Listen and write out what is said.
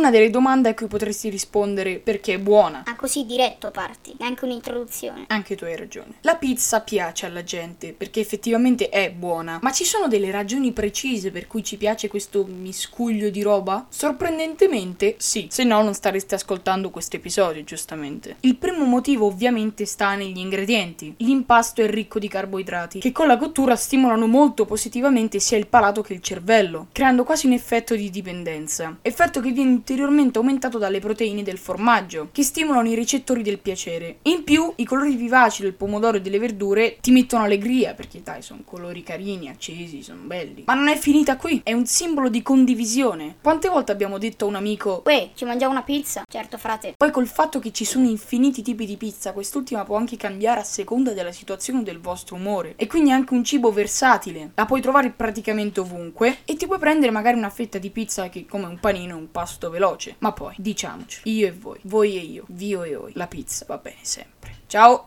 una delle domande a cui potresti rispondere perché è buona. Ah, così diretto parti, è anche un'introduzione. Anche tu hai ragione. La pizza piace alla gente perché effettivamente è buona, ma ci sono delle ragioni precise per cui ci piace questo miscuglio di roba? Sorprendentemente sì, se no non stareste ascoltando questo episodio, giustamente. Il primo motivo ovviamente sta negli ingredienti. L'impasto è ricco di carboidrati, che con la cottura stimolano molto positivamente sia il palato che il cervello, creando quasi un effetto di dipendenza. Effetto che viene ulteriormente aumentato dalle proteine del formaggio, che stimolano i recettori del piacere. In più, i colori vivaci del pomodoro e delle verdure ti mettono allegria, perché dai, sono colori carini, accesi, sono belli. Ma non è finita qui, è un simbolo di condivisione. Quante volte abbiamo detto a un amico: Uè, ci mangiamo una pizza? Certo, frate. Poi col fatto che ci sono infiniti tipi di pizza, quest'ultima può anche cambiare a seconda della situazione o del vostro umore. E quindi è anche un cibo versatile. La puoi trovare praticamente ovunque e ti puoi prendere magari una fetta di pizza che come un panino è un pasto veloce. Ma poi, diciamoci, io e voi e io, vio e oi, la pizza va bene sempre. Ciao!